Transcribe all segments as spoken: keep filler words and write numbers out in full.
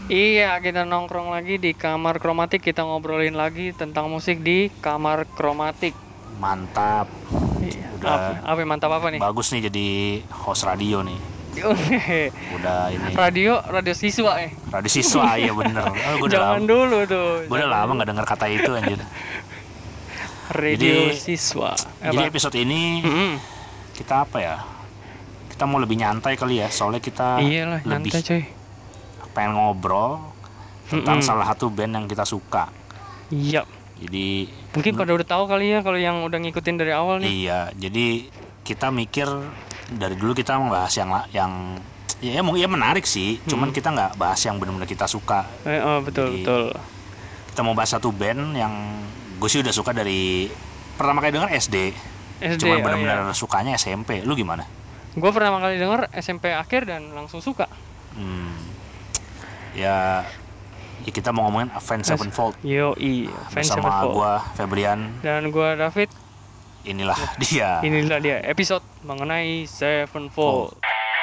Iya, kita nongkrong lagi di kamar kromatik. Kita ngobrolin lagi tentang musik di kamar kromatik. Mantap. Iya, apa, Udah apa mantap apa nih? bagus nih jadi host radio nih. Udah ini Radio, radio siswa eh. radio siswa ya bener. Oh, gue udah Jangan lama, dulu tuh. gue udah lama nggak dengar kata itu anjir. Radio Jadi- siswa. Jadi Apa? episode ini Mm-mm. kita apa ya? Kita mau lebih nyantai kali ya, soalnya kita Iyalah, lebih nyantai coy. pengen ngobrol tentang Mm-mm. salah satu band yang kita suka. Iya. Jadi Mungkin pada udah tahu kali ya kalau yang udah ngikutin dari awal nih. iya, jadi kita mikir dari dulu kita membahas yang la- yang ya, ya mungkin ya menarik sih, cuman kita nggak bahas yang benar-benar kita suka. Eh, oh, betul, Jadi- betul. Kita mau bahas satu band yang gue sih udah suka dari pertama kali denger S D. S D, Cuman oh benar-benar iya. sukanya S M P. Lu gimana? Gue pertama kali denger S M P akhir dan langsung suka. Hmm, ya, ya kita mau ngomongin Avenged Sevenfold Yoi, fans bersama Sevenfold. gue Febrian. Dan gue David. Inilah dia. Inilah dia episode mengenai Sevenfold.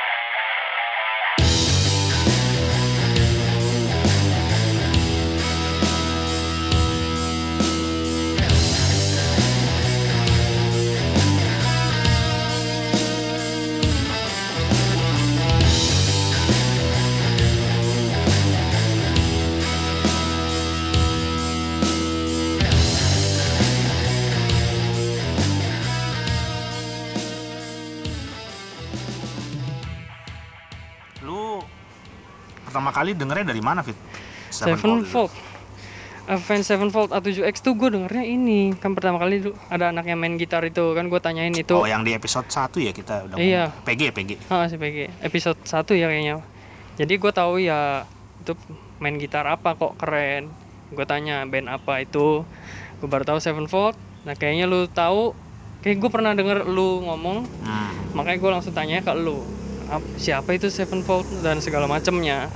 Lu pertama kali dengernya dari mana, Fit? Sevenfold. Avenged Sevenfold A tujuh X tuh gue dengernya ini kan pertama kali dulu ada anak yang main gitar itu kan gue tanyain itu. Oh, yang di episode satu ya kita udah Iya. ngomong. P G, P G. Ah, si P G episode satu ya kayaknya. Jadi gue tahu ya itu main gitar apa kok keren. Gue tanya band apa itu. Gue baru tahu Sevenfold. Nah kayaknya lu tahu. Kayak gue pernah denger lu ngomong. Hmm. Makanya gue langsung tanya ke lu. Ap- Siapa itu Sevenfold dan segala macemnya.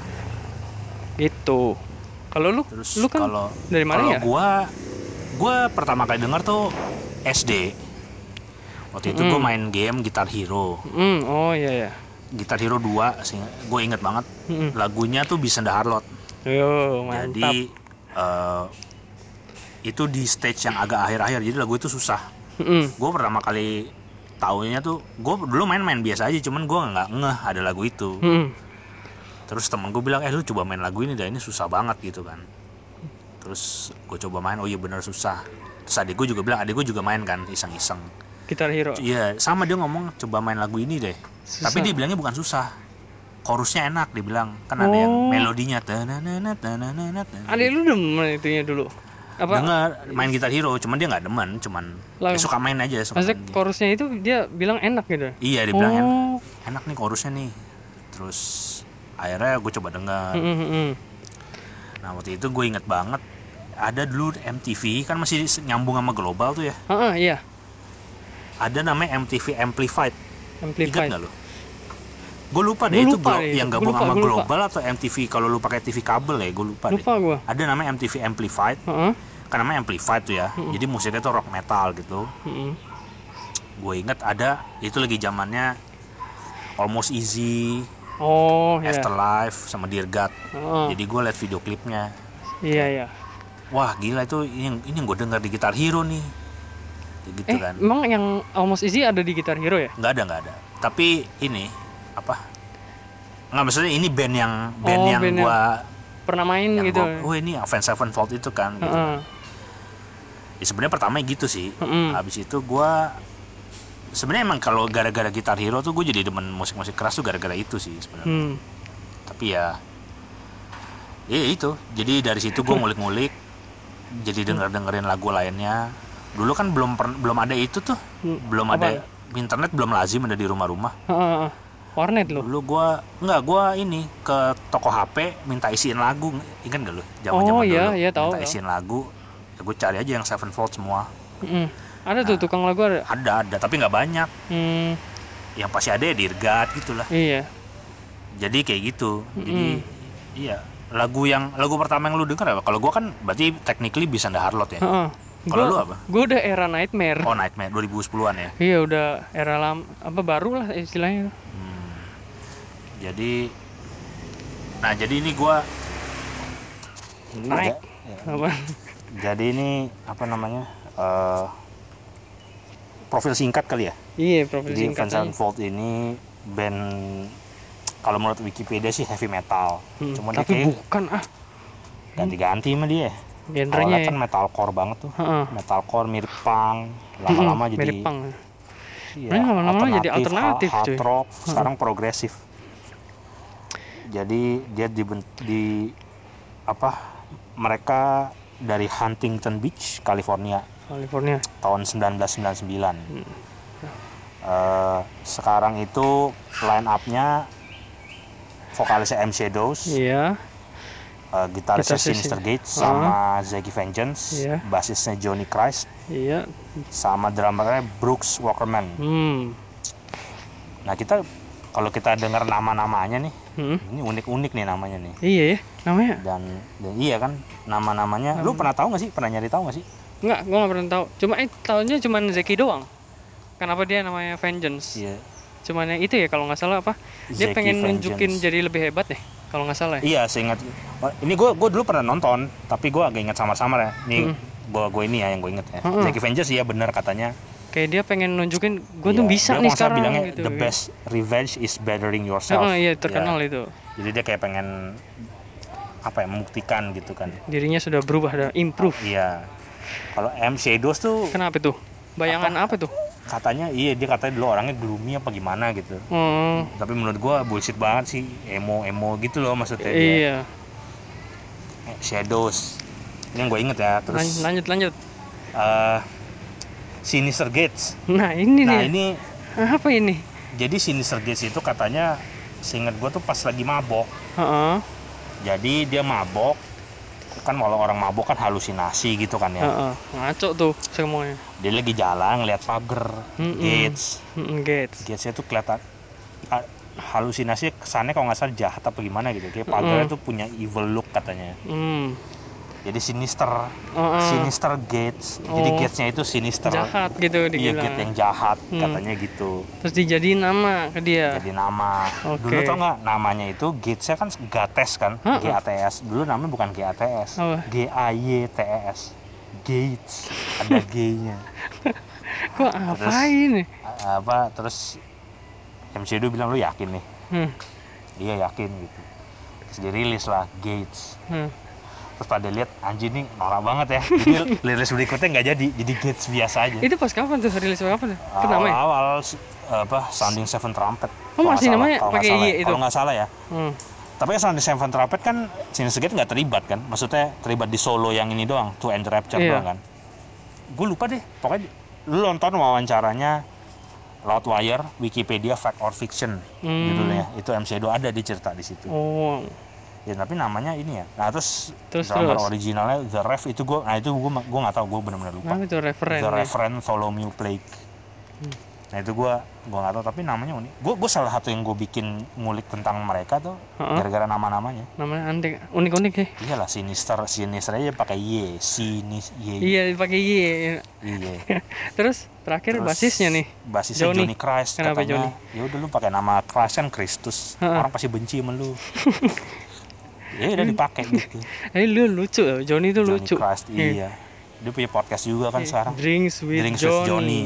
Gitu. Kalau lu, Terus lu kan kalau dari mana kalau ya? gua gua pertama kali denger tuh S D. Waktu itu Mm. gua main game Guitar Hero. Hmm, oh iya ya. Guitar Hero dua sih. Gue inget banget Mm-mm. lagunya tuh Beast and the Harlot. Yo, mantap. Jadi eh, itu di stage yang agak akhir-akhir. Jadi lagu itu susah. Mm-mm. Gue pertama kali taunya tuh gue dulu main-main biasa aja, cuman gue nggak ngeh ada lagu itu. Mm-mm. Terus temen gue bilang, eh lu coba main lagu ini dah, ini susah banget gitu kan. Terus gue coba main, oh iya bener susah. Terus adik gue juga bilang, adik gue juga main kan, iseng-iseng. Guitar Hero. Iya, sama dia ngomong coba main lagu ini deh. Susah. Tapi dia bilangnya bukan susah. Chorusnya enak, dia bilang. Kan ada yang Oh. melodinya. Tananana, tananana, tananana. Adik lu demen itunya dulu. Apa? Dengar main Guitar Hero, cuman dia nggak demen, cuman Lagu. dia suka main aja. Suka Maksudnya main game. chorusnya itu dia bilang enak gitu. Iya, dia bilang enak, Oh. enak nih chorusnya nih. Terus akhirnya gue coba dengar. Mm, mm, mm. Nah waktu itu gue inget banget ada dulu M T V kan masih nyambung sama global tuh ya. Ah, ah, iya. Ada namanya M T V Amplified. Ingat Amplified. nggak lo? Gue lupa deh Gua itu lupa glo- deh itu. yang Gua gabung lupa, sama gua lupa. global atau M T V kalau lu pakai T V kabel ya, gue lupa, Lupa deh. gua. Ada namanya M T V Amplified. Heeh. Kan namanya Amplified tuh ya. Jadi musiknya tuh rock metal gitu. Heeh. Gue inget ada itu lagi zamannya Almost Easy, Oh, iya. Afterlife sama Dear God. Heeh. Jadi gue liat video klipnya. Iya, iya. Wah gila itu ini yang ini yang gue denger di Guitar Hero nih. Kayak gitu Eh, kan. emang yang Almost Easy ada di Guitar Hero ya? Nggak ada nggak ada. Tapi ini apa? Nggak, maksudnya ini band yang band Oh, yang band yang gua Pernah main yang gitu. gua, oh ini Avenged Sevenfold itu kan. Gitu. Heeh. Ya, sebenarnya pertama gitu sih. Mm-mm. Habis itu gua sebenarnya emang kalau gara-gara Guitar Hero tuh gue jadi demen musik-musik keras tuh gara-gara itu sih sebenarnya. Hmm. Tapi ya, ya itu. Jadi dari situ gue ngulik-ngulik, jadi denger-dengerin lagu lainnya. Dulu kan belum per- belum ada itu tuh, Hmm, belum apa? ada internet, belum lazim ada di rumah-rumah. Heeh, heeh. Warnet lo. Dulu gue nggak gue ini ke toko H P minta isiin lagu, ingat gak lu? Zaman-zaman Oh, iya, dulu iya, tahu, minta tahu. isiin lagu, ya gue cari aja yang Sevenfold semua. Heeh. Ada tuh tukang lagu ada. Ada ada tapi nggak banyak. Hmm, Yang pasti ada ya Dear God gitulah. iya. Jadi kayak gitu. Jadi iya, lagu yang lagu pertama yang lu denger apa? Kalau gua kan berarti technically Beast and the Harlot ya. Heeh. Kalau Gua- lu apa? Gua udah era Nightmare. Oh, Nightmare dua ribu sepuluhan ya. Iya, udah era lam apa baru lah istilahnya. Jadi nah jadi ini gua naik. Ya. Apa? Jadi ini apa namanya? Uh, profil singkat kali ya. Iya, profil Jadi singkat. Avenged Sevenfold ini band kalau menurut Wikipedia sih heavy metal. Hmm, Cuma tapi dia kayak bukan ah. ganti-ganti sama dia. Genrenya Awalnya ya. kan metalcore banget tuh. Heeh. Metalcore mirip punk, lama-lama Mm-mm, jadi mirip punk. iya, Nah, lama-lama jadi alternatif, hard cuy. rock, sekarang progresif. Jadi dia di, di apa? Mereka dari Huntington Beach, California, California. tahun sembilan belas sembilan puluh sembilan. Hmm. Uh, sekarang itu line up-nya vokalisnya M Shadows, Iya. uh, gitarisnya Gitarisnya Sinister Sin- Gates, uh. sama Ziggy Vengeance, Iya. basisnya Johnny Christ, Iya. sama drummernya Brooks Wackerman. Hmm. Nah kita kalau kita dengar nama-namanya nih, Hmm. ini unik-unik nih namanya nih. Iya ya, namanya. Dan, dan iya kan nama-namanya. Hmm. Lu pernah tahu nggak sih? Pernah nyari tahu nggak sih? Enggak, gua nggak pernah tahu. Cuma eh tahunya cuma Zeki doang. Kenapa dia namanya Vengeance? Iya. Cuman yang itu ya kalau nggak salah apa? Dia Zeki pengen Vengeance. nunjukin jadi lebih hebat deh. Kalau nggak salah ya. Iya, seingat. Ini gue gue dulu pernah nonton, tapi gue agak ingat samar-samar ya. Ini Hmm. gue gue ini ya yang gue inget ya. Hmm. Zeki Vengeance iya benar katanya. Kayak dia pengen nunjukin gue tuh Iya, bisa dia nih kalau nggak salah sekarang bilangnya gitu. the best revenge is bettering yourself. Oh, iya terkenal Ya. itu. Jadi dia kayak pengen apa ya, membuktikan gitu kan. Dirinya sudah berubah, ada improve. Iya. Kalau M Shadows tuh Kenapa tuh? Bayangan apa, tuh? katanya iya dia katanya dulu orangnya gloomy apa gimana gitu. Hmm. Tapi menurut gua bullshit banget sih, emo emo gitu loh maksudnya dia. Iya. Eh, Shadows. Ini yang gue inget ya. Terus Lan- lanjut lanjut. uh, Sinister Gates. Nah ini Nah nih. ini Apa ini? jadi Sinister Gates itu katanya seinget gua tuh pas lagi mabok. Heeh. Jadi dia mabok. Kan kalau orang mabok kan halusinasi gitu kan ya. Heeh. Ngaco tuh semuanya. Dia lagi jalan ngeliat pagar Mm-mm. Gates. Mm-mm, Gates. Gatesnya tuh kelihatan ha- halusinasi kesannya kalau nggak salah jahat apa gimana gitu. Kayak pagarnya Mm-mm. tuh punya evil look katanya. Hmm. Jadi sinister, Heeh. sinister Gates. Jadi Oh. Gatesnya itu sinister. Jahat gitu Iya, dibilang. Gate yang jahat Hmm. katanya gitu. Terus dijadiin nama ke dia. Jadi nama. Oke. Dulu tau nggak namanya itu Gatesnya kan Gates kan, Heeh. G A T S. Dulu namanya bukan G A T S, Apa? G A Y T E S. Gates. Ada G-nya. Kok apa ini? A- Apa terus M C D bilang lu yakin nih? Hmm. Iya yakin gitu. Terus dirilis lah Gates. Hmm. Terus pada lihat anjing nih norak banget ya. Jadi rilis berikutnya nggak jadi, jadi Gates biasa aja. Itu pas kapan tuh rilis kapan? Kan namanya? Awal-awal apa Sounding Seven Trumpet. Oh, kalau masih nggak salah. namanya Kalau nggak pakai salah Y ya. itu? Kalau nggak salah ya. Hmm. Tapi kan Sounding Seven Trumpet kan Sinister Gates nggak terlibat kan? Maksudnya terlibat di solo yang ini doang, To End the Rapture Iya. doang kan? Gue lupa deh. Pokoknya lu nonton wawancaranya Loudwire, Wikipedia Fact or Fiction Hmm. judulnya. Itu M C D ada di cerita di situ. Oh. Ya tapi namanya ini ya. Nah terus, Terus, drummer terus. originalnya The Ref itu gue, nah itu gue gue nggak tahu, gue benar-benar lupa. Apa itu referen? The ya? Reverend Bartholomew Plague. Hmm. Nah itu gue gue nggak tahu tapi namanya unik. Gue gue salah satu yang gue bikin ngulik tentang mereka tuh Heeh. gara-gara nama-namanya. Namanya antik, unik-unik ya. Iyalah Sinister, Sinister aja pakai Y, Sinis Y. Iya, dipakai Y. Iya. Terus terakhir Terus basisnya nih. Basisnya Johnny. Johnny, Christ Kenapa katanya. Johnny? Ya udah lu pakai nama Christ kan Kristus. Heeh. Orang pasti benci sama lu. Ya udah dipakai gitu. Eh lu lucu ya, Johnny itu Johnny lucu. Christ, iya. Dia punya podcast juga kan Iya, sekarang. Drinks with Drinks with Johnny. Johnny.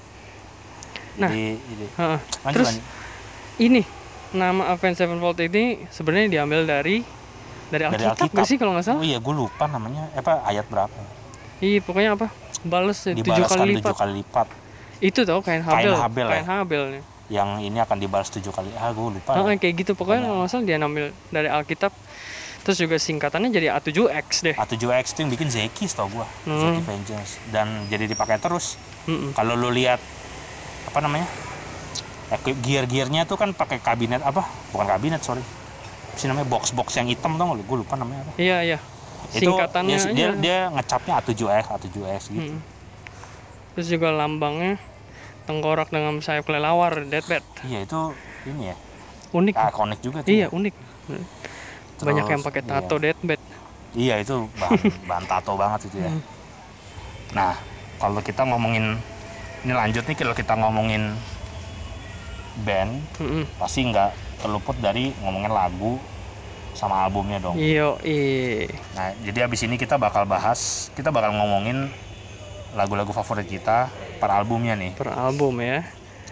Nah, Jadi, jadi Heeh. lanjut, Terus lanjut. ini nama Avenged Sevenfold ini sebenarnya diambil dari dari Dari Alkitab Alkitab. nggak sih kalau nggak salah? Oh iya, gue lupa namanya. Eh, apa ayat berapa? Iya, pokoknya apa? Bales ya, tujuh Dibalaskan kali tujuh lipat. kali lipat. Itu tau kain Habel. Kain Habel, Kain ya? Habel nih. Yang ini akan dibalas tujuh kali. Ah, gue lupa. Ah, ya. kayak gitu pokoknya Pokoknya. kalau nggak salah dia ambil dari Alkitab. Terus juga singkatannya jadi A tujuh X deh. A tujuh X itu yang bikin Zeki tau gue. Hmm. Zeki Vengeance. Dan jadi dipakai terus. Mm-mm. Kalau lu lihat apa namanya? Eh, gear-gearnya tuh kan pakai kabinet apa? Bukan kabinet, sorry. Apa sih namanya box-box yang hitam tau nggak lu? Gue lupa namanya apa. Iya iya. Itu Singkatannya dia, aja. dia, dia ngecapnya A tujuh X, A tujuh X gitu. Mm-mm. Terus juga lambangnya tengkorak dengan sayap kelelawar, deathbed. Iya itu ini ya. Unik. Ah, connect juga tuh. Iya ya. unik. Banyak Terus, yang pakai iya. tato deathbed. Iya itu bahan, bahan tato banget itu ya. Hmm. Nah kalau kita ngomongin ini lanjut nih kalau kita ngomongin band Mm-mm. pasti nggak terluput dari ngomongin lagu sama albumnya dong. Iyo, i. Nah, jadi abis ini kita bakal bahas, kita bakal ngomongin lagu-lagu favorit kita per albumnya nih. Per album ya.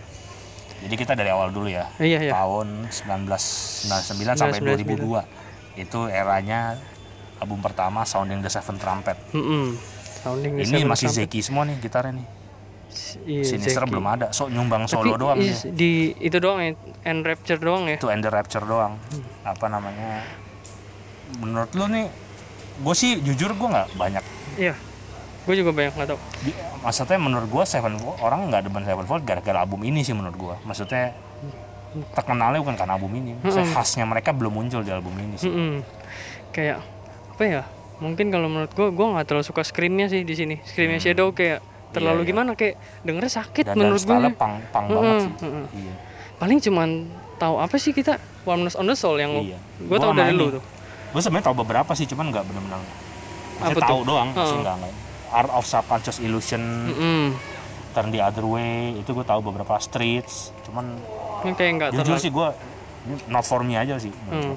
Jadi kita dari awal dulu ya. Iya, iya. Tahun sembilan belas sembilan puluh sembilan sampai dua ribu dua. Itu eranya album pertama Sounding the Seven Trumpet. Mm-mm. Sounding the Ini Seven masih Trumpet. Zeki semua nih gitarnya nih. Iya, Sinister Zeki. belum ada, so nyumbang Tapi solo doang is- dia. di itu doang ya, and Rapture doang ya. Itu And the Rapture doang. Hmm. Apa namanya? Menurut lu nih, gue sih jujur gue nggak banyak. Iya. Gue juga banyak nggak tahu. Di- Maksudnya menurut gue Sevenfold, orang nggak demen Sevenfold gara-gara album ini sih menurut gue. Maksudnya terkenalnya bukan karena album ini. Maksudnya Mm-mm. khasnya mereka belum muncul di album ini sih. Mm-mm. Kayak apa ya? Mungkin kalau menurut gue, gue nggak terlalu suka screamnya sih di sini. Screamnya Hmm. Shadow kayak terlalu Iya, iya. gimana? Kayak dengernya sakit Dan, dan menurut gue. style pang, pang Mm-mm, banget sih. mm-mm. Iya. Paling cuman tahu apa sih kita Warmness on the Soul yang Iya. gue tahu sama dari ini. lu tuh. Gue sebenarnya tahu beberapa sih, cuman nggak benar-benar. Apa Saya tahu tuh? doang, sih Oh. nggak nggak. Art of Subconscious Illusion, Mm-mm. Turn the Other Way, itu gue tahu beberapa. Streets, cuman Ini kayak nggak jujur terlalu. sih gue not for me aja sih. Hmm.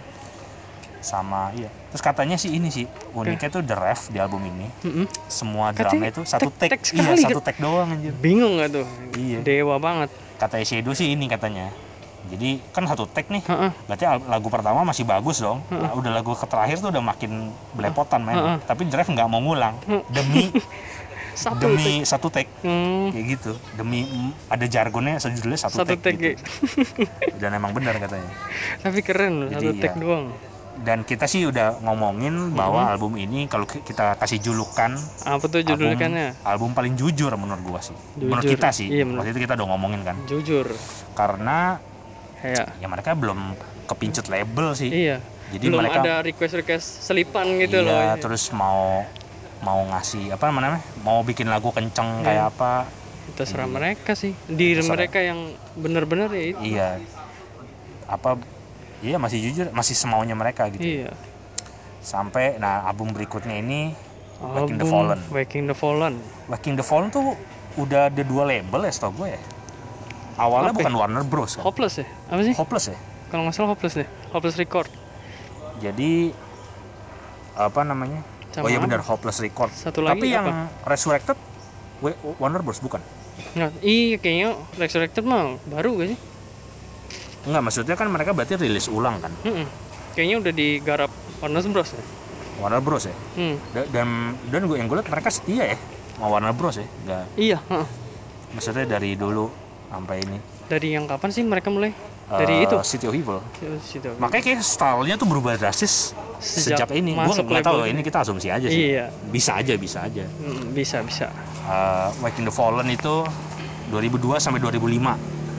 Sama iya. Terus katanya sih ini sih uniknya tuh The Ref di album ini. Mm-mm. Semua Katanya drumnya itu satu tek- take, tek iya sekali, satu kan? take doang anjir. Bingung nggak tuh? Iya. Dewa banget. Kata Shadow sih ini katanya. Jadi kan satu take nih. Heeh. Berarti al- lagu pertama masih bagus dong. Nah, udah lagu terakhir tuh udah makin belepotan main. Heeh. Tapi Drive nggak mau ngulang demi Satu demi take. satu take Hmm. kayak gitu. Demi mm, ada jargonnya sejudulnya satu, Satu take, take. gitu. Dan emang benar katanya. Tapi keren loh, Jadi, satu take iya. doang. Dan kita sih udah ngomongin bahwa album ini kalau ki- kita kasih julukan Apa tuh album, judulnya? album paling jujur menurut gua sih. Menurut Jujur. kita sih. Iya, menurut- Waktu itu kita udah ngomongin kan. Jujur. Karena Kayak ya mereka belum kepincut label sih. iya. Jadi Belum mereka ada request-request selipan gitu iya, loh. terus mau mau ngasih apa namanya? Mau bikin lagu kenceng Hmm. kayak apa? Terserah Iya. mereka sih. Di Terserah. mereka yang bener-bener ya itu. Iya. Apa iya masih jujur, masih semaunya mereka gitu. Iya. Sampai nah album berikutnya ini Waking the Album Fallen. Waking the Fallen. Waking the Fallen tuh udah ada dua label ya setahu gue ya. Awalnya Apa bukan ya? Warner Bros kan. Hopeless ya? Apa sih? Hopeless ya. Kalau nggak salah Hopeless deh. Hopeless Record. Jadi apa namanya? Sama oh iya apa? benar Hopeless Record. Satu lagi Tapi yang apa? Resurrected we- Warner Bros bukan? Nah, iya kayaknya Resurrected mah baru gak sih? Enggak, maksudnya kan mereka berarti rilis ulang kan. Mm-mm. Kayaknya udah digarap Warner Bros ya. Warner Bros ya. Hmm. Da- Dan dan gue yang gue lihat mereka setia ya sama Warner Bros ya. Enggak, Iya. heeh. maksudnya dari dulu sampai ini. Dari yang kapan sih mereka mulai? Dari Eh, itu. City of Evil. Situ. Makanya kayak stylenya tuh berubah drastis Sejak sejak, ini. Gue masuk nggak tahu label. ini kita asumsi aja sih. Iya. Bisa aja, bisa aja. Hmm, bisa bisa. Uh, Waking the Fallen itu dua ribu dua sampai dua ribu lima.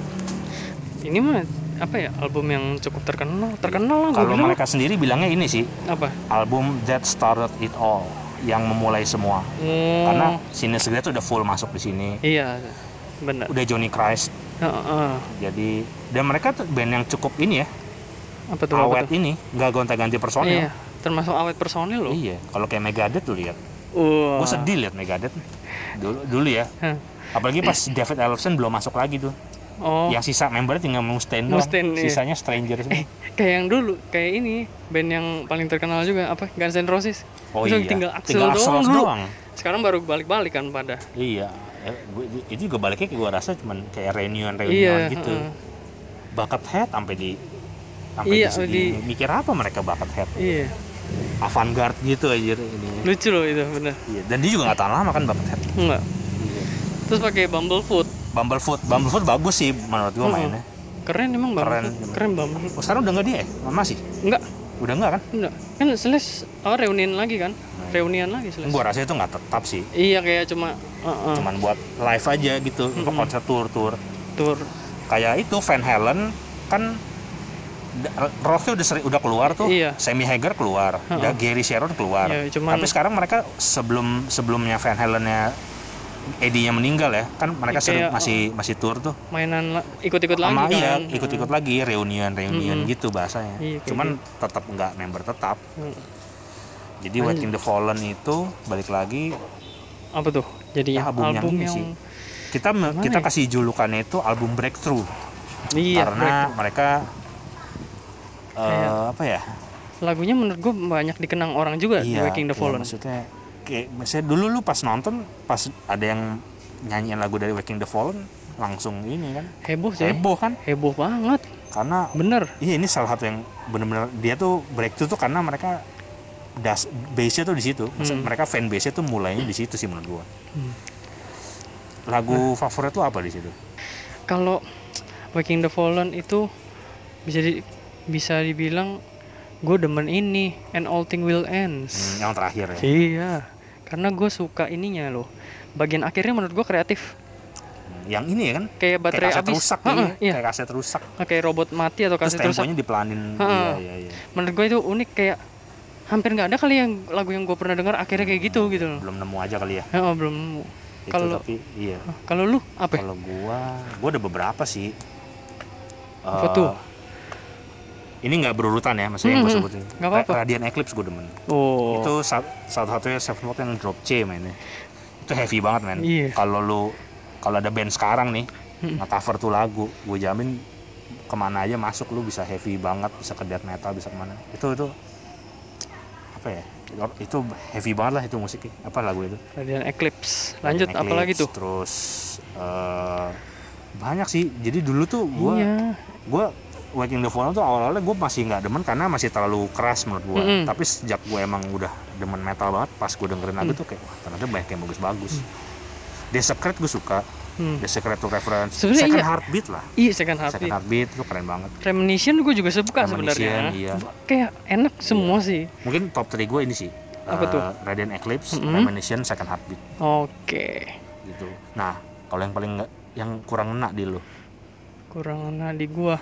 Ini mah apa ya album yang cukup terkenal terkenal lah gue Kalau bilang. mereka sendiri bilangnya ini sih Apa? album that started it all, yang memulai semua. Oh, Karena Sinister tuh udah full masuk di sini. iya benar. Udah Johnny Christ. Heeh. Jadi dan mereka tuh band yang cukup ini ya, Apa tuh? Apa awet tuh? ini, nggak gonta-ganti personil. Iya, termasuk awet personil loh. Iya, kalau kayak Megadeth tuh lihat. Wah. Gue sedih lihat Megadeth dulu dulu ya. Hah. Apalagi pas David Ellefson belum masuk lagi tuh. Oh, Yang sisa membernya tinggal Mustaine doang. Mustaine, iya. Sisanya stranger semua. eh kayak yang dulu, kayak ini band yang paling terkenal juga apa? Guns N' Roses. Oh Terus iya. tinggal Axl Tinggal doang Axl dulu. doang. Sekarang baru balik-balik kan pada. Iya. Eh, gua- itu juga baliknya gue rasa cuman kayak reunion-reunion Iya, gitu. heeh. Bakat head sampai di sampai Iya, di, di- mikir apa mereka bakat head? Iya, Avant-garde gitu aja ini. lucu loh itu bener. Iya, dan dia juga nggak tahan lama kan bakat head. Enggak. Iya. Terus pakai Bumblefoot. Bumblefoot, Bumblefoot bagus sih menurut gue Heeh. mainnya. Keren emang Keren. Bumblefoot. Keren Bumblefoot. Oh, sekarang udah nggak dia? ya? Masih? Enggak, Udah nggak kan? enggak. Kan Slash oh reunian lagi kan? Reunian lagi Slash. Gue rasa itu nggak tetap sih. Iya kayak cuma heeh. Cuman buat live aja gitu, untuk Mm-mm. konser tour-tour. Tour. Kayak itu Van Halen kan da- Rothnya udah seri- udah keluar tuh, Iya. Sammy Hagar keluar, Heeh. da- Gary Sharon keluar. Iya, cuman- Tapi sekarang mereka sebelum sebelumnya Van Halennya Eddie-nya meninggal ya, kan mereka Kayak, sering masih masih tour tuh. Mainan la- ikut-ikut lagi Sama kan. iya, ikut-ikut lagi reunion reunion Mm-mm. gitu bahasanya. Iya, kayak Cuman tetap nggak member tetap. Hmm. Jadi Anjir. Waking the Fallen itu balik lagi Apa tuh? Jadi Ya, album yang ini sih. kita me- Gimana kita ya? kasih julukannya itu album breakthrough. Iya, Karena mereka eh, Kayak- apa ya lagunya menurut gue banyak dikenang orang juga di Iya, Waking the iya, Fallen. maksudnya kayak misalnya dulu lu pas nonton pas ada yang nyanyiin lagu dari Waking the Fallen langsung ini kan Heboh sih. heboh kan Heboh banget. karena Bener. iya ini salah satu yang benar-benar dia tuh breakthrough tuh karena mereka das base-nya tuh di situ. Maksudnya Hmm. mereka fan base-nya tuh mulainya di situ sih menurut gua. Hmm. Lagu favorit lu apa di situ? Kalau Waking the Fallen itu bisa di, bisa dibilang gue demen ini And All Thing Will Ends. Hmm, yang terakhir ya. Iya, karena gue suka ininya loh. Bagian akhirnya menurut gue kreatif. Yang ini ya kan Kayak baterai kayak kaset habis. rusak Ha-ha, iya. iya. Kayak kaset rusak. Kayak robot mati atau Terus kaset rusak. temponya dipelanin. Ha-ha. Iya iya iya. Menurut gue itu unik, kayak hampir nggak ada kali yang lagu yang gue pernah dengar akhirnya kayak gitu gitu loh. Belum nemu aja kali ya. Oh, belum nemu. Itu Kalau tapi iya. kalau lu apa? Ya? Kalau gua, gua ada beberapa sih. Apa Eh, tuh? Ini nggak berurutan ya, maksudnya yang Hmm, gue hmm. sebutin. Nggak apa-apa. Radiant Eclipse gue demen. Oh. Itu sa- salah satunya Sevenfold yang drop C mainnya. Itu heavy banget men. Iya. Kalau lu kalau ada band sekarang nih Hmm. nge-cover tuh lagu, gue jamin kemana aja masuk lu bisa heavy banget, bisa ke death metal, bisa kemana. Itu itu apa ya? Itu heavy banget lah itu musiknya. Apa lagu itu? Radiant Eclipse. Lanjut Radiant apa lagi Eclipse, tuh? Terus eh, banyak sih. Jadi dulu tuh gue Iya. gue Waking the Fallen tuh awal-awalnya gue masih nggak demen karena masih terlalu keras menurut gue. Mm-mm. Tapi sejak gue emang udah demen metal banget, pas gue dengerin lagu Mm. tuh kayak wah ternyata banyak yang bagus-bagus. Desecrate gue suka, Hmm. Desecrate tuh reference. Sebenarnya Second iya. Heartbeat lah. Iya, Second Second Heartbeat. Heartbeat itu keren banget. Premonition gue juga suka Premonition, sebenarnya. iya. Kayak enak semua sih. Mungkin top tiga gue ini sih. Apa eh, tuh? Radiant Eclipse, Mm-mm. Premonition, Second Heartbeat Oke. gitu. Nah kalau yang paling nggak, yang kurang ngena di lu? Kurang enak di gua.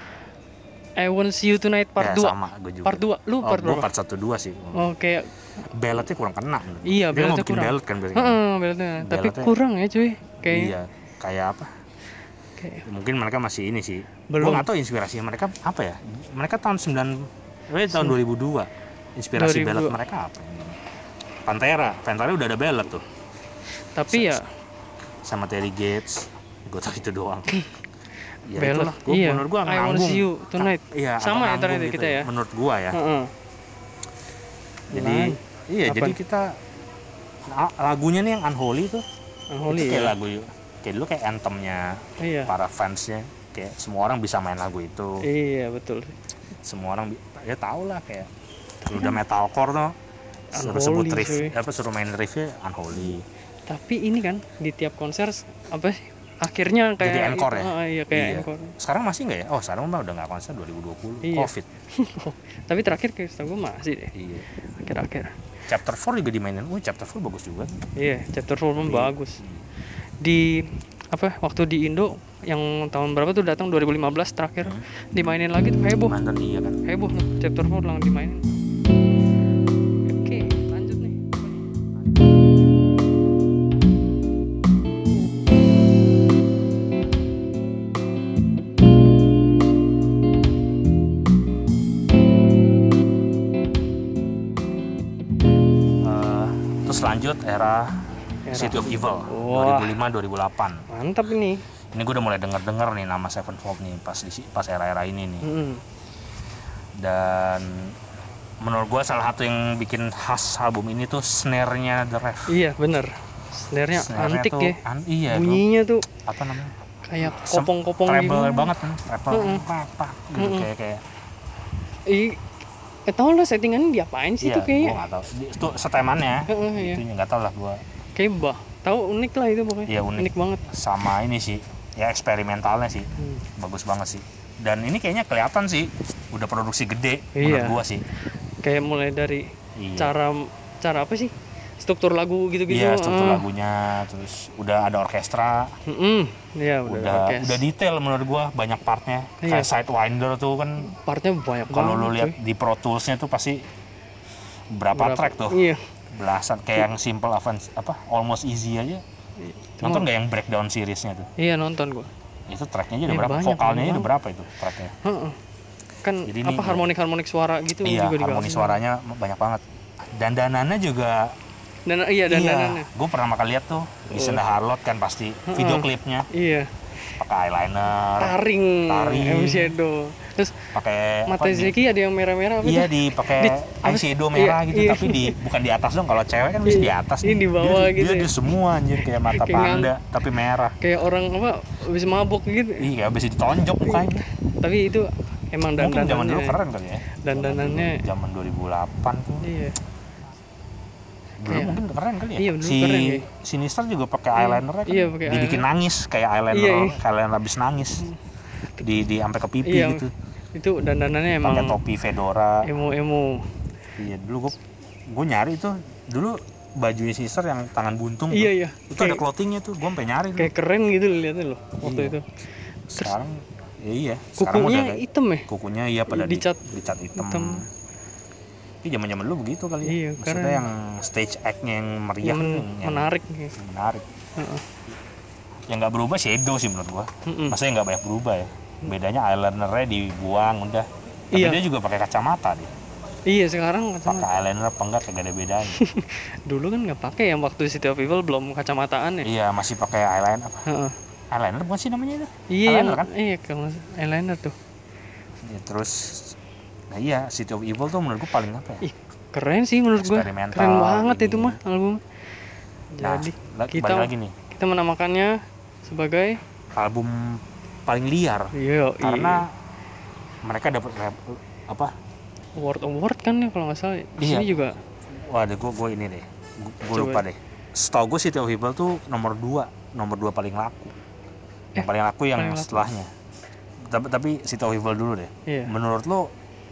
I Want See You Tonight part Ya, dua. sama gue juga. Part dua. Lu Oh, part gue berapa? part satu dua sih. Oh, kayak Balladnya kurang kena. menurut gue. Iya, Dia mau balladnya bikin kurang. ballad kan berarti. heeh, belatnya. Tapi Balladnya- kurang ya, cuy. Kayak Iya, kayak apa? kayak Mungkin mereka masih ini sih. Belum. Gue nggak tahu inspirasinya mereka apa ya. Mereka tahun sembilan, eh tahun dua ribu dua. Inspirasi dua ribu dua. ballad mereka apa? Pantera, Pantera udah ada ballad tuh tapi ya sama Terry Gates. Gue tahu itu doang. Ya Ballad, itulah. Gua, iya. menurut gue I Want nganggung. See You Tonight. Iya, Sama agak ya ternyata nganggung kita ya. Menurut gue ya. heeh. Jadi iya, Apa? jadi kita la- lagunya nih yang Unholy tuh. Unholy Itu kayak ya. lagu kayak dulu kayak anthemnya Iya. para fansnya. Kayak semua orang bisa main lagu itu. Iya, betul. Semua orang bi- ya tau lah kayak udah metalcore tuh suruh Unholy, sebut riff cuy. apa suruh main riffnya Unholy. Tapi ini kan di tiap konser apa sih? Akhirnya kayak Jadi encore itu, ya? ah, iya kayak Iya. encore. Sekarang masih nggak ya? Oh sekarang mah udah nggak konser dua ribu dua puluh Iya. Covid. Tapi terakhir kayak setahu gue masih deh. Iya. Akhir-akhir. Chapter four juga dimainin. Oh chapter four bagus juga. Iya, chapter four Iya. bagus. Di apa waktu di Indo yang tahun berapa tuh datang dua ribu lima belas terakhir Hmm. dimainin lagi tuh heboh. Mantan iya kan. Heboh loh, chapter four lang dimainin. Oke, lanjut nih. Eh, terus lanjut era, Era. City of Evil Wah. dua ribu lima dua ribu delapan. Mantap ini. Ini gue udah mulai denger-denger nih nama Sevenfold nih pas di pas era-era ini nih. Mm-mm. Dan menurut gue salah satu yang bikin khas album ini tuh snare-nya The Rev. Iya, bener. Snare-nya Snare-nya antik tuh ya. an- iya, tuh. Bunyinya tuh Apa namanya? kayak Sem- kopong-kopong treble gitu. banget kan, treble Mm-mm. pak pak gitu Mm-mm. kayak kayak. Ih, eh, tau lah settingannya diapain sih Iya, tuh kayaknya. gue nggak tahu. Di- Itu setemannya, Heeh, iya. itunya nggak tahu lah gue. Kayak bah, tahu unik lah itu pokoknya. Iya, unik. banget. Sama ini sih, ya eksperimentalnya sih, Hmm. bagus banget sih. Dan ini kayaknya kelihatan sih, udah produksi gede Iya. menurut gue sih. Kayak mulai dari Iya. cara cara apa sih? Struktur lagu gitu-gitu. Iya, struktur ah. lagunya, terus udah ada orkestra, Mm-mm. Iya, udah udah orkes. udah detail menurut gua banyak partnya. Iya. Kayak Sidewinder tuh kan Partnya banyak kalau lu banget, lihat cuy. di Pro Tools-nya tuh pasti berapa, Berapa- track tuh? Iya. Belasan kayak yang Simple Advance apa Almost Easy aja. Cuma- Nonton nggak yang breakdown seriesnya tuh? Iya, nonton gua. Itu tracknya aja udah Iya, berapa? banyak, Vokalnya banyak aja udah banget. berapa itu tracknya? Heeh. Kan Jadi ini- apa harmonik-harmonik suara gitu Iya, juga harmoni digabung. suaranya banyak banget. Dandanannya juga Dan iya dan iya, dandannya. gue pernah makan lihat tuh di Oh. Senda Harlot kan pasti video Heeh. klipnya Iya. pakai eyeliner, taring, taring. eyeshadow. Terus pakai mata apa, Zeki ada yang merah-merah apa iya tuh? dipakai Di- apa sih? eyeshadow merah Iya, gitu, iya. tapi di bukan di atas dong. Kalau cewek kan bisa di atas Ini nih. di bawah dia, gitu dia, ya. dia semua anjir kayak mata Kayak panda tapi merah. Kayak orang apa habis mabuk gitu. Iya, habis ditonjok mukanya. Tapi itu emang Mungkin zaman dandanannya. dulu keren kali ya. Dandanannya. Zaman dulu- zaman dua ribu delapan tuh. Iya. Dulu Kayak- mungkin keren kali ya. Iya, dulu si keren ya. Sinister juga pakai Iya, eyeliner kan. iya, pakai dibikin eyeliner. nangis kayak eyeliner, Iya, iya. kayak eyeliner habis nangis. Di di sampai ke pipi Iya. gitu. Itu dandanannya emang Pakai topi fedora. emo-emo. Iya, dulu gua gua nyari tuh dulu bajunya Sinister yang tangan buntung Iya, tuh. iya. Itu ada Kayak, clothingnya tuh, gua sampai nyari tuh. kayak keren gitu lihatnya loh waktu Iya. itu. Sekarang ya iya, sekarang Kukunya udah kayak- hitam ya? kukunya iya pada di- Dicat dicat hitam. hitam. Tapi zaman-zaman dulu begitu kali ya. Iya, Maksudnya karena- yang stage act-nya yang meriah, Yang men- yang, yang menarik nih. menarik. Heeh. Yang nggak berubah shadow sih menurut gua. Mm-mm. Maksudnya nggak banyak berubah ya. Bedanya eyelinernya dibuang udah. Tapi Iya. dia juga pakai kacamata dia. Iya sekarang Pakai kacamata. eyeliner apa enggak kagak ada bedanya. Dulu kan nggak pakai yang waktu City of Evil belum kacamataan ya. Iya, masih pakai eyeliner apa? Heeh. Eyeliner bukan sih namanya itu? Iya, Eyeliner yang- kan? iya kalau nggak salah, eyeliner tuh. Ya, terus nah iya, City of Evil tuh menurut gua paling apa ya? Ih, keren sih menurut gua. Eksperimental Keren banget ini. itu mah album. Nah, Jadi la- kita balik lagi nih. kita menamakannya sebagai Album paling liar iya, karena mereka dapat rep- apa? award award kan ya kalau nggak salah. Di Iya. sini juga. Wah, deh gua gua ini deh. Gua, gua Coba. lupa deh. Setahu gua City of Evil tuh nomor dua, nomor dua paling laku. Yang Eh, paling laku yang paling laku. setelahnya. Tapi tapi City of Evil dulu deh. Iya. Menurut lo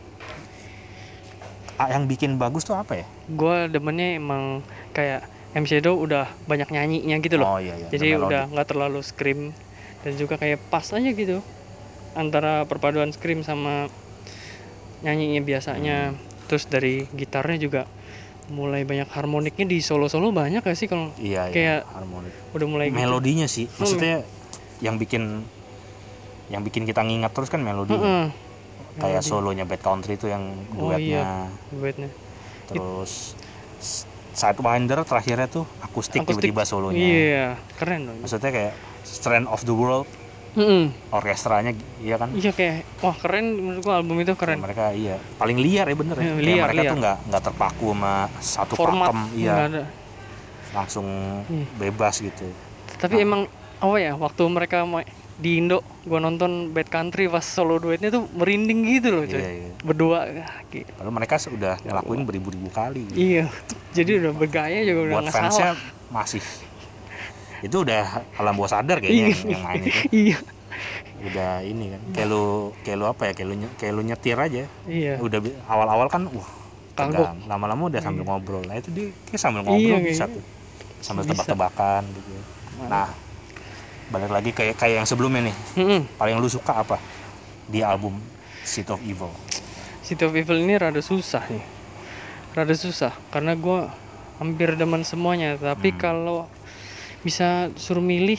ah, yang bikin bagus tuh apa ya? Gua demennya emang kayak M Shadow udah banyak nyanyinya gitu loh. Oh iya iya. Jadi The Melody. udah nggak terlalu scream dan juga kayak pas aja gitu antara perpaduan scream sama nyanyinya biasanya. Hmm. Terus dari gitarnya juga mulai banyak harmoniknya di solo-solo banyak gak sih kalau Iya, kayak iya, harmonik. udah mulai gitu. Melodinya sih, maksudnya yang bikin yang bikin kita ngingat terus kan melodi. Heeh. Kayak Melodi. solonya Bad Country itu yang Oh, duetnya. duetnya. Terus S- Sidewinder terakhirnya tuh akustik, Akustik. tiba-tiba solonya. Iya, keren loh. Maksudnya kayak Strand of the World, Heeh. orkestranya iya kan. Iya kayak wah keren menurut gua album itu keren. Mereka iya paling liar ya bener ya. Iya, Kayak liar, mereka liar. tuh nggak nggak terpaku sama satu Format pakem, iya nggak ada. langsung Iya. bebas gitu. Tapi Nah. emang apa ya waktu mereka ma- di Indo gua nonton Bad Country pas solo duetnya tuh merinding gitu loh coy. Iya, iya. Berdua ah, gitu. Lalu mereka sudah ngelakuin beribu-ribu kali. Iya. Jadi udah bergaya juga udah Buat nggak fansnya salah. masih itu udah alam bawah sadar kayaknya yang, yang main itu. Iya. Udah ini kan. Kayak lu kayak lu apa ya? Kayak lu nye- kayak lu nyetir aja. Iya. Udah bi- awal-awal kan wah Kagok. tegang. Lama-lama udah sambil Iya. ngobrol. Nah, itu dia kayak sambil Iya, ngobrol kayaknya. bisa tuh. Sambil Bisa. tebak-tebakan gitu. Nah, balik lagi kayak kayak yang sebelumnya nih. Mm-mm. Paling lu suka apa di album City of Evil? City of Evil ini rada susah nih. Rada susah karena gua hampir demen semuanya. Tapi Hmm. kalau bisa suruh milih,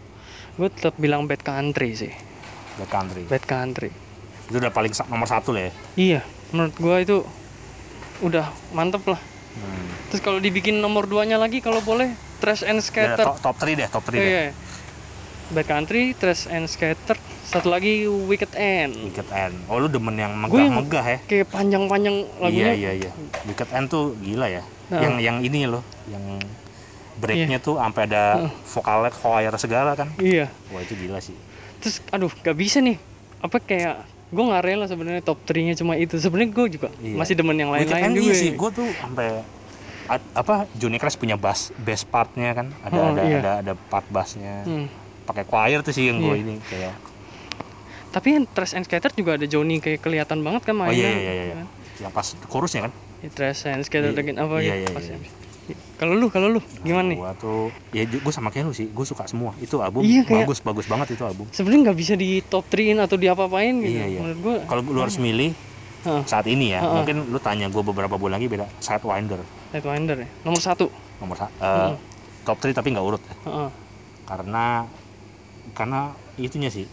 gue tetap bilang Bad Country sih. The Country. Bad Country. Itu udah paling sa- nomor satu lah ya. Iya, menurut gua itu udah mantep lah. Hmm. Terus kalau dibikin nomor duanya lagi kalau boleh Trash and Ya, Scatter. top, top three deh, top three Oh, deh. iya. Bad Country, Trash and Scatter, satu lagi Wicked End. Wicked End. Oh, lu demen yang Gua yang- megah-megah ya? Kayak panjang-panjang lagunya. Iya, iya, iya. Wicked End tuh gila ya. Nah. Yang yang ini loh, yang breaknya tuh sampai ada Heeh. vokalnya choir segala kan. Iya. Wah, itu gila sih. Terus aduh, gak bisa nih. Apa kayak gue nggak rela sebenarnya top tiga-nya cuma itu. Sebenarnya gue juga Iya. masih demen yang Wicked lain-lain End juga. iya sih, ya. gue tuh sampai ad- apa Johnny Crash punya bass bass partnya kan, ada Oh, ada, iya. ada ada part bassnya, Hmm. pakai choir tuh sih yang gue Iya. ini kayak Tapi yang Trash and Scatter juga ada Johnny kayak kelihatan banget kan oh mainnya. iya iya iya, iya. yang pas chorusnya kan. Ya, Trash and Scatter Iya, again apa iya, ya? iya, pas iya. ya. Kalau lu, kalau lu gimana nih? Gue tuh ya gue sama kayak lu sih, gue suka semua itu album. Iya, kayak- bagus bagus banget itu album. Sebenarnya nggak bisa di top tiga-in atau di apa-apain gitu. Iya, iya. Menurut gue. Kalau lu harus milih Heeh. saat ini ya, Heeh. mungkin lu tanya gue beberapa bulan lagi beda. Sidewinder Sidewinder ya. Nomor satu. nomor sa- eh, Heeh. top tiga tapi nggak urut Heeh. karena karena itunya sih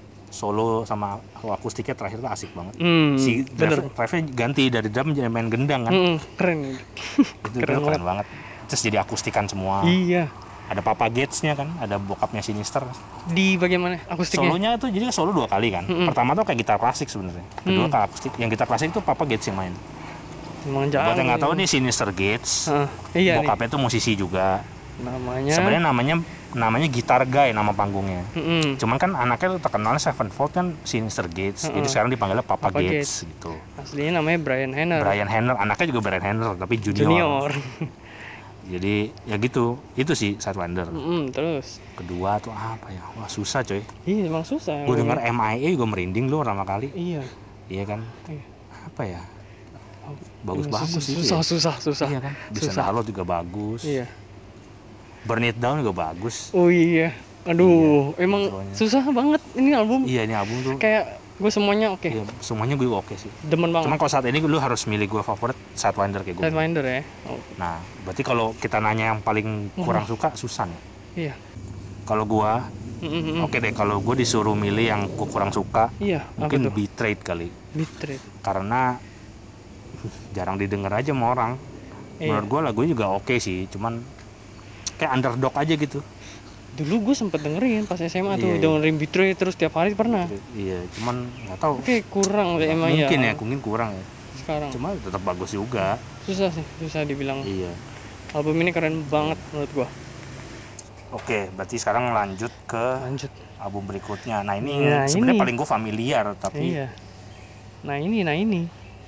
solo sama akustiknya terakhir tuh asik banget. Hmm, Si bener. drive- drive-nya ganti dari drum jadi main gendang kan. Mm-mm, keren. Itu keren keren, keren banget. Terus jadi akustikan semua. Iya. ada Papa Gates-nya kan, ada bokapnya Sinister. Di bagian mana akustiknya? Solonya tuh jadi solo dua kali kan. Mm-mm. Pertama tuh kayak gitar klasik sebenarnya. Kedua Mm. kayak akustik. Yang gitar klasik itu Papa Gates yang main. Emang Buat jarang. yang nggak tahu ini. nih Sinister Gates, Heeh, iya nih. bokapnya tuh musisi juga. Namanya. Sebenarnya namanya namanya Gitar Guy nama panggungnya. Mm-mm. Cuman kan anaknya tuh terkenalnya Sevenfold kan Sinister Gates. Mm-mm. Jadi sekarang dipanggilnya Papa, Papa Gates, gitu. Aslinya namanya Brian Henner. Brian Henner, anaknya juga Brian Henner tapi junior. Junior. Jadi ya gitu, itu sih Sidewinder. Mm-mm, terus. Kedua tuh apa ya? Wah susah coy. Iya emang susah. Gue denger M I A juga merinding loh pertama kali. Iya. Iya kan? Iya. Apa ya? Emang Bagus-bagus susah, itu susah, ya. susah, susah. Iya kan? Bisa Susah. Download juga bagus. Iya. Burn It Down juga bagus. Oh iya. Aduh, Iya, emang intronya. susah banget ini album. Iya ini album tuh. Kayak gue semuanya oke. Iya, semuanya gue oke sih. Demen banget. Cuman kalau saat ini lu harus milih gue favorit Sidewinder kayak gue. Sidewinder ya. Oh, Nah, berarti kalau kita nanya yang paling kurang suka Susan. iya. Kalau gua, Mm-mm. oke deh kalau gue disuruh milih yang gua kurang suka, Iya, apa mungkin tuh? Betrayed kali. Betrayed. Karena jarang didengar aja sama orang. Iya. Menurut gue lagunya juga oke sih, cuman kayak underdog aja gitu. Dulu gue sempet dengerin pas S M A tuh, Iya, iya. dengerin Betrayed terus tiap hari pernah. Iya, cuman nggak tahu. Oke, kurang deh emang ya. Mungkin ya, mungkin kurang ya. Sekarang Cuma tetap bagus juga. susah sih, susah dibilang. Iya. Album ini keren banget menurut gua. Oke, berarti sekarang lanjut ke Lanjut. album berikutnya. Nah ini Nah, sebenarnya ini. paling gue familiar, tapi Iya. Nah ini, nah ini.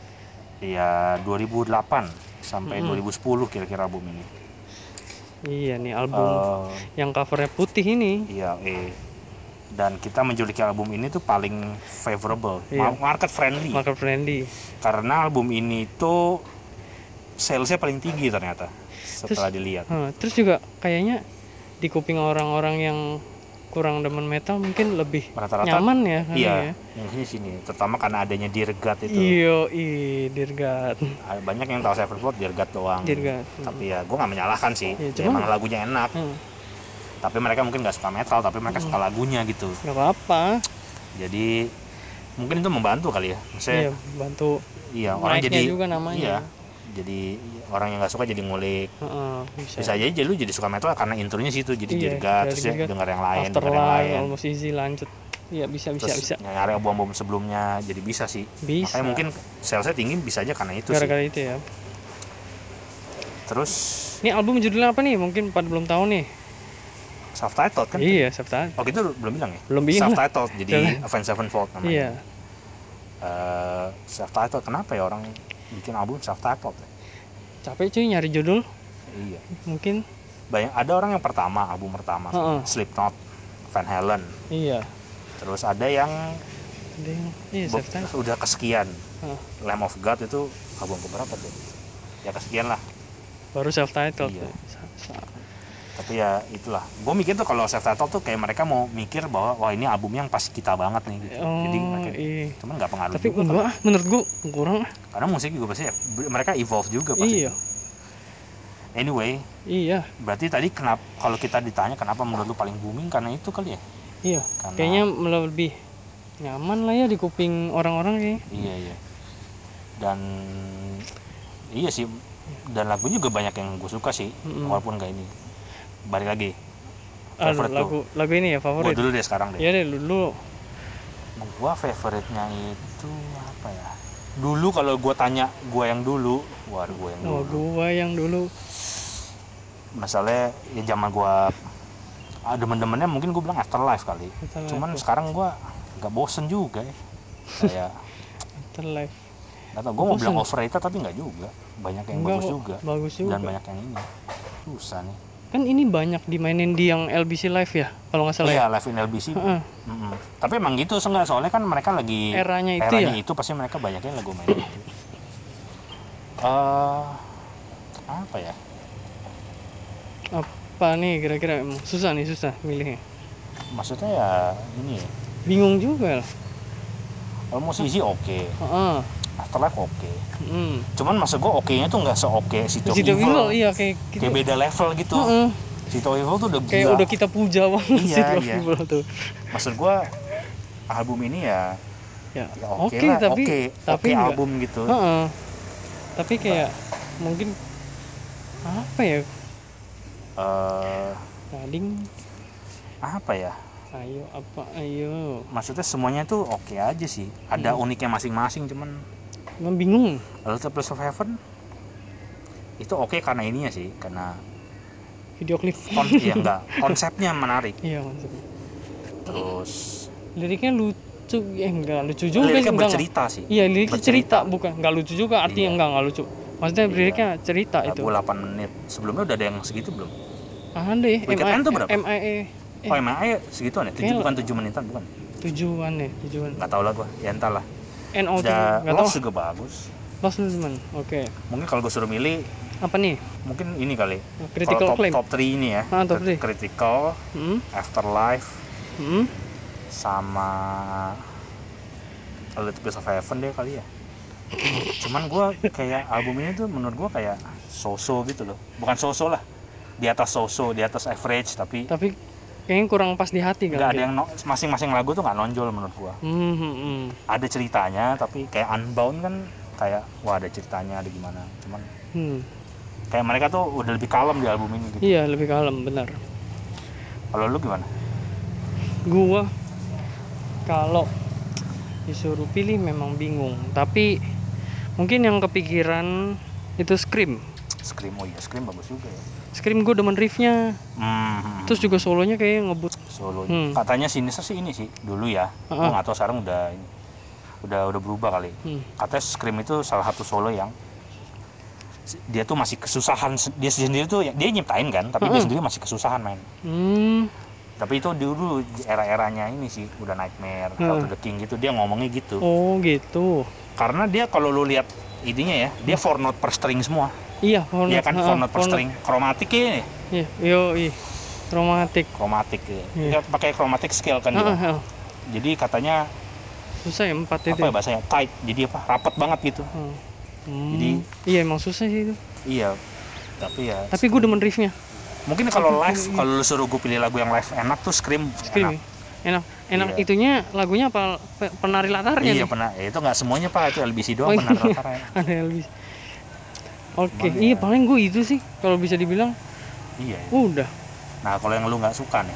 ya dua ribu delapan sampai Mm-mm. dua ribu sepuluh kira-kira album ini. Iya nih album Eh, yang covernya putih ini. Iya, eh. Dan kita menjuluki album ini tuh paling favorable, Iya. ma- market friendly. Market friendly. Karena album ini tuh salesnya paling tinggi ternyata setelah dilihat. Hah, terus juga kayaknya di kuping orang-orang yang kurang demen metal mungkin lebih Rata-rata nyaman ya kali iya, ya. yang sini sini, terutama karena adanya Dear God itu. Iyo, i, Dirgat. Ah, Banyak yang tahu Sevenfold Dear God doang. Dear God. Tapi ya gue nggak menyalahkan sih. Iya, Ya, cuma- emang lagunya enak. Hmm, Tapi mereka mungkin nggak suka metal, tapi mereka suka lagunya gitu. nggak apa-apa. Jadi mungkin itu membantu kali ya. Maksudnya Iya, bantu. iya, orang Naiknya jadi juga namanya. Iya. Jadi orang yang nggak suka jadi ngulik. Heeh, bisa. Bisa aja jadi lu jadi suka metal karena intronya situ, jadi Iya, Dear God, dari terus ya Dear God. denger yang lain, denger yang Afterlife, lain. Almost Easy lanjut. Iya, bisa, bisa, Terus bisa. nyari album-album sebelumnya jadi bisa sih. Bisa. Makanya mungkin salesnya tinggi bisa aja karena itu sih. Gara-gara itu ya. Terus Ini album judulnya apa nih? Mungkin pada belum tahu nih. self titled kan? Iya, Sabta. Oh gitu belum bilang ya? Belum bilang. Self titled jadi Jangan. Avenged Sevenfold namanya. Iya. Eh, self titled kenapa ya orang bikin album self titled ya? Capek cuy nyari judul. Iya. Mungkin. Banyak ada orang yang pertama, album pertama Heeh. Slipknot, Van Halen. Iya. Terus ada yang Ada yang iya, be- Sabta. udah kesekian. Heeh. Lamb of God itu album keberapa tuh? Ya kesekian lah. Baru self titled. Iya. Tapi ya itulah. Gue mikir tuh kalau self titled tuh kayak mereka mau mikir bahwa wah ini album yang pas kita banget nih gitu. Oh, Jadi mereka, iya. cuman nggak pengaruh Tapi juga. enggak, ah, menurut gua kurang. ah. Karena musik juga pasti mereka evolve juga pasti. Iya. Anyway, Iya. berarti tadi kenapa kalau kita ditanya kenapa menurut lu paling booming karena itu kali ya? Iya. Karena- Kayaknya lebih nyaman lah ya di kuping orang-orang kayaknya. Iya iya. Dan iya sih. Dan lagunya juga banyak yang gue suka sih, Mm-mm. walaupun gak ini. Balik lagi. Aduh, Favorite lagu lagu ini ya Gue favorit. dulu deh sekarang deh. Iya deh dulu. Gue favoritnya itu apa ya? Dulu kalau gue tanya gue yang dulu, waduh gue yang Oh, dulu. gua yang dulu. Masalahnya ya zaman gue ah, demen-demennya mungkin gue bilang Afterlife kali. Afterlife. Cuman sekarang gue gak bosen juga ya. Kayak Afterlife. gak tau, gue mau bilang Bosen? overrated tapi nggak juga. Banyak yang Enggak bagus kok, juga. bagus juga. Dan banyak yang ini. Susah nih. Kan ini banyak dimainin di yang L B C Live ya, kalau nggak Oh salah. ya? iya, live in L B C. Heeh. Mm-mm. Tapi emang gitu enggak soalnya kan mereka lagi Eranya itu eranya ya? itu pasti mereka banyaknya lagu main itu. Eh apa ya? Apa nih kira-kira emang susah nih susah milihnya. Maksudnya ya ini ya. Bingung juga lah. Kalau musisi oke, Heeh. Afterlife oke. Hmm. Cuman maksud gua oke-nya tuh nggak se-oke City of City of Evil. Evil iya kayak gitu. Kayak beda level gitu. Heeh. City of Evil tuh udah Kayak gila. udah kita puja banget Iya, City of iya. Evil tuh. Maksud gua album ini ya Ya, ya oke oke lah, tapi oke, tapi oke enggak. album gitu. Heeh. Tapi kayak mungkin apa ya? Eh Gading, apa ya, ayo apa ayo. maksudnya semuanya tuh oke aja sih, ada Hmm. uniknya masing-masing, cuman Emang bingung. A Little Piece of Heaven itu oke karena ininya sih, karena Video klip. kon ya enggak, konsepnya menarik, Iya maksudnya. terus Liriknya lucu, eh enggak lucu juga liriknya sih, enggak. bercerita sih, Iya, liriknya bercerita. cerita, bukan enggak lucu juga, artinya Iya. enggak enggak lucu. Maksudnya Iya. liriknya cerita itu. lagu delapan menit, sebelumnya udah ada yang segitu belum? Ada ya, Wicked End tuh berapa? M I E eh, Oh emang aja segituan ya, tujuh Kayak- bukan tujuh menitan bukan? tujuan ya, tujuan. Nggak tahu lah gua, ya entah lah. N O Udah enggak tahu. Lost juga bagus. Lost teman. Oke. Mungkin kalau gue suruh milih, Apa nih? mungkin ini kali. Critical Kalau top, Acclaim. top tiga ini ya. Ah, top three. Critical, Hmm? Afterlife, Hmm? sama A Little Piece of Heaven deh kali ya. Cuman gue kayak album ini tuh menurut gue kayak so-so gitu loh. Bukan so-so lah, di atas so-so, di atas average, tapi Tapi kayaknya kurang pas di hati kan. nggak ada yang no- masing-masing lagu tuh nggak nonjol menurut gue. Hmm, hmm, hmm. Ada ceritanya, tapi kayak Unbound kan kayak wah ada ceritanya, ada gimana. Cuman Hmm. kayak mereka tuh udah lebih kalem di album ini gitu. Iya, lebih kalem, benar. Kalau lu gimana? Gua kalau disuruh pilih memang bingung, tapi mungkin yang kepikiran itu Scream. Scream, oh iya Scream bagus juga ya. Scream gue demen riffnya, Hmm, terus juga solonya kayak ngebut. solo. Hmm. Katanya Sinister sih ini sih dulu ya. Uh-uh. Gua nggak tahu sekarang udah ini. Udah udah berubah kali. Hmm. Katanya Scream itu salah satu solo yang dia tuh masih kesusahan, dia sendiri tuh dia nyiptain kan, tapi dia Uh-uh. sendiri masih kesusahan main. Hmm. Tapi itu dulu di era-eranya ini sih udah Nightmare, Hmm. Hail to the King gitu, dia ngomongnya gitu. Oh gitu. Karena dia kalau lu lihat ininya ya, dia four note per string semua. Iya, four Iya note, kan, ha-ha, four note per four note. string, kromatik ya, Iya, yo, ih, romantik. kromatik ya. Iya. Dia pakai chromatic scale kan dia. Ah, ah, ah. Jadi katanya Susah ya empat itu. apa ya bahasanya, tight, jadi apa, rapat banget gitu. Ah. Hmm. Jadi- iya emang susah sih itu. Iya, tapi ya Tapi gue demen riffnya. mungkin kalau Tapi- live, kalau lu suruh gue pilih lagu yang live enak tuh Scream, Scream. enak. Enak, enak Iya. itunya lagunya apa pe- penari latarnya Iya nih? pernah, ya, itu nggak semuanya pak, itu L B C doang Oh, benar iya. rata ya. Ada Elvis. Oke, Cuman iya ya- paling gue itu sih kalau bisa dibilang Iya. Ya. udah Nah kalau yang lu nggak suka nih,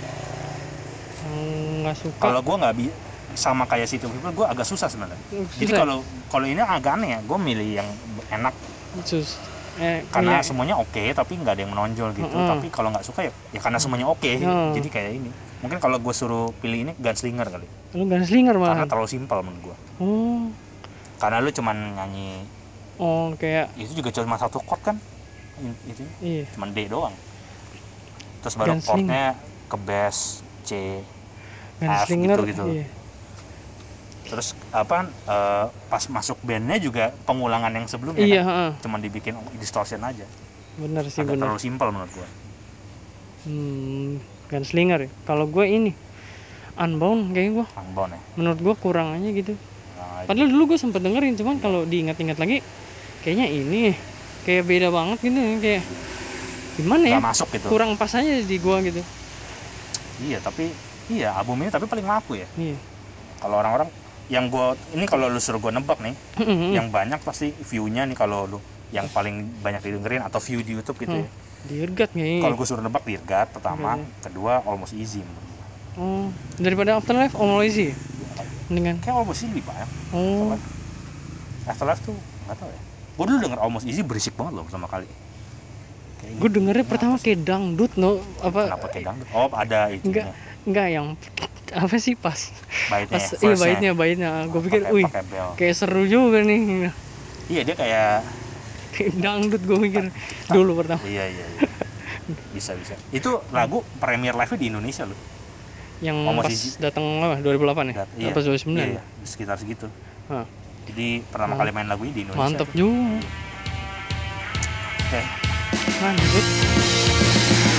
Hmm, nggak suka. kalau gue nggak bi sama kayak City of People, gue agak susah sebenarnya. Jadi Susah. kalau kalau ini agak aneh ya, gue milih yang enak Sus. Eh, karena iya. semuanya oke, tapi nggak ada yang menonjol gitu. Mm-mm. Tapi kalau nggak suka ya, ya karena semuanya oke. Mm. Jadi kayak ini. Mungkin kalau gue suruh pilih ini Gunslinger kali, Lu Gunslinger karena malah. terlalu simpel menurut gue. Oh, Karena lu cuman nyanyi oh kayak itu juga cuma satu chord kan, In- itu iya. cuma D doang. Terus baru Gunslinger. chordnya ke bass, C, Gunslinger. gitu-gitu. Iya. terus apa eh, pas masuk bandnya juga pengulangan yang sebelumnya Iya, kan, heeh. cuman dibikin distortion aja, Bener sih agak bener. terlalu simpel menurut gua. Hmm, Gunslinger ya. Kalau gue ini Unbound kayaknya gue Unbound ya. menurut gue kurang aja gitu. Nah, Padahal dulu gue sempet dengerin, cuman kalau diingat-ingat lagi kayaknya ini kayak beda banget gitu ya, kayak gimana ya? nggak masuk gitu. Kurang pas aja di gua gitu. Iya tapi iya album ini tapi paling laku ya. Iya. Kalau orang-orang yang gua ini kalau lu suruh gua nebak nih, Hmm. yang banyak pasti view-nya nih kalau lu yang paling banyak didengerin atau view di YouTube gitu ya. Dirgat kayaknya. Kalau gua suruh nebak Dirgat pertama, Oke. kedua Almost Easy menurut gua. Oh, daripada Afterlife Almost Easy. Mendingan. Kayak Almost Easy lebih banyak. Oh, Afterlife. Afterlife tuh nggak tahu ya. Gua dulu denger Almost Easy berisik banget loh pertama kali. Kayak gue dengernya pertama kayak dangdut no apa? kenapa kayak dangdut? Oh ada itu. Enggak, enggak yang apa sih pas? Baitnya. Pas ya, iya verse-nya. baitnya, baitnya. Gue pikir, Pakai- wih, pakai bell. kayak seru juga nih. Iya dia kayak Kayak dangdut gue mikir dulu pertama. iya iya iya. Bisa bisa. Itu lagu premier live di Indonesia loh. Yang Almost pas Easy. datang apa? dua ribu delapan ya? Iya. Apa dua ribu sembilan? Iya, sekitar segitu. Hah. Jadi pertama Mantap. kali main lagu ini di Indonesia. Mantep juga. Oke. Lanjut.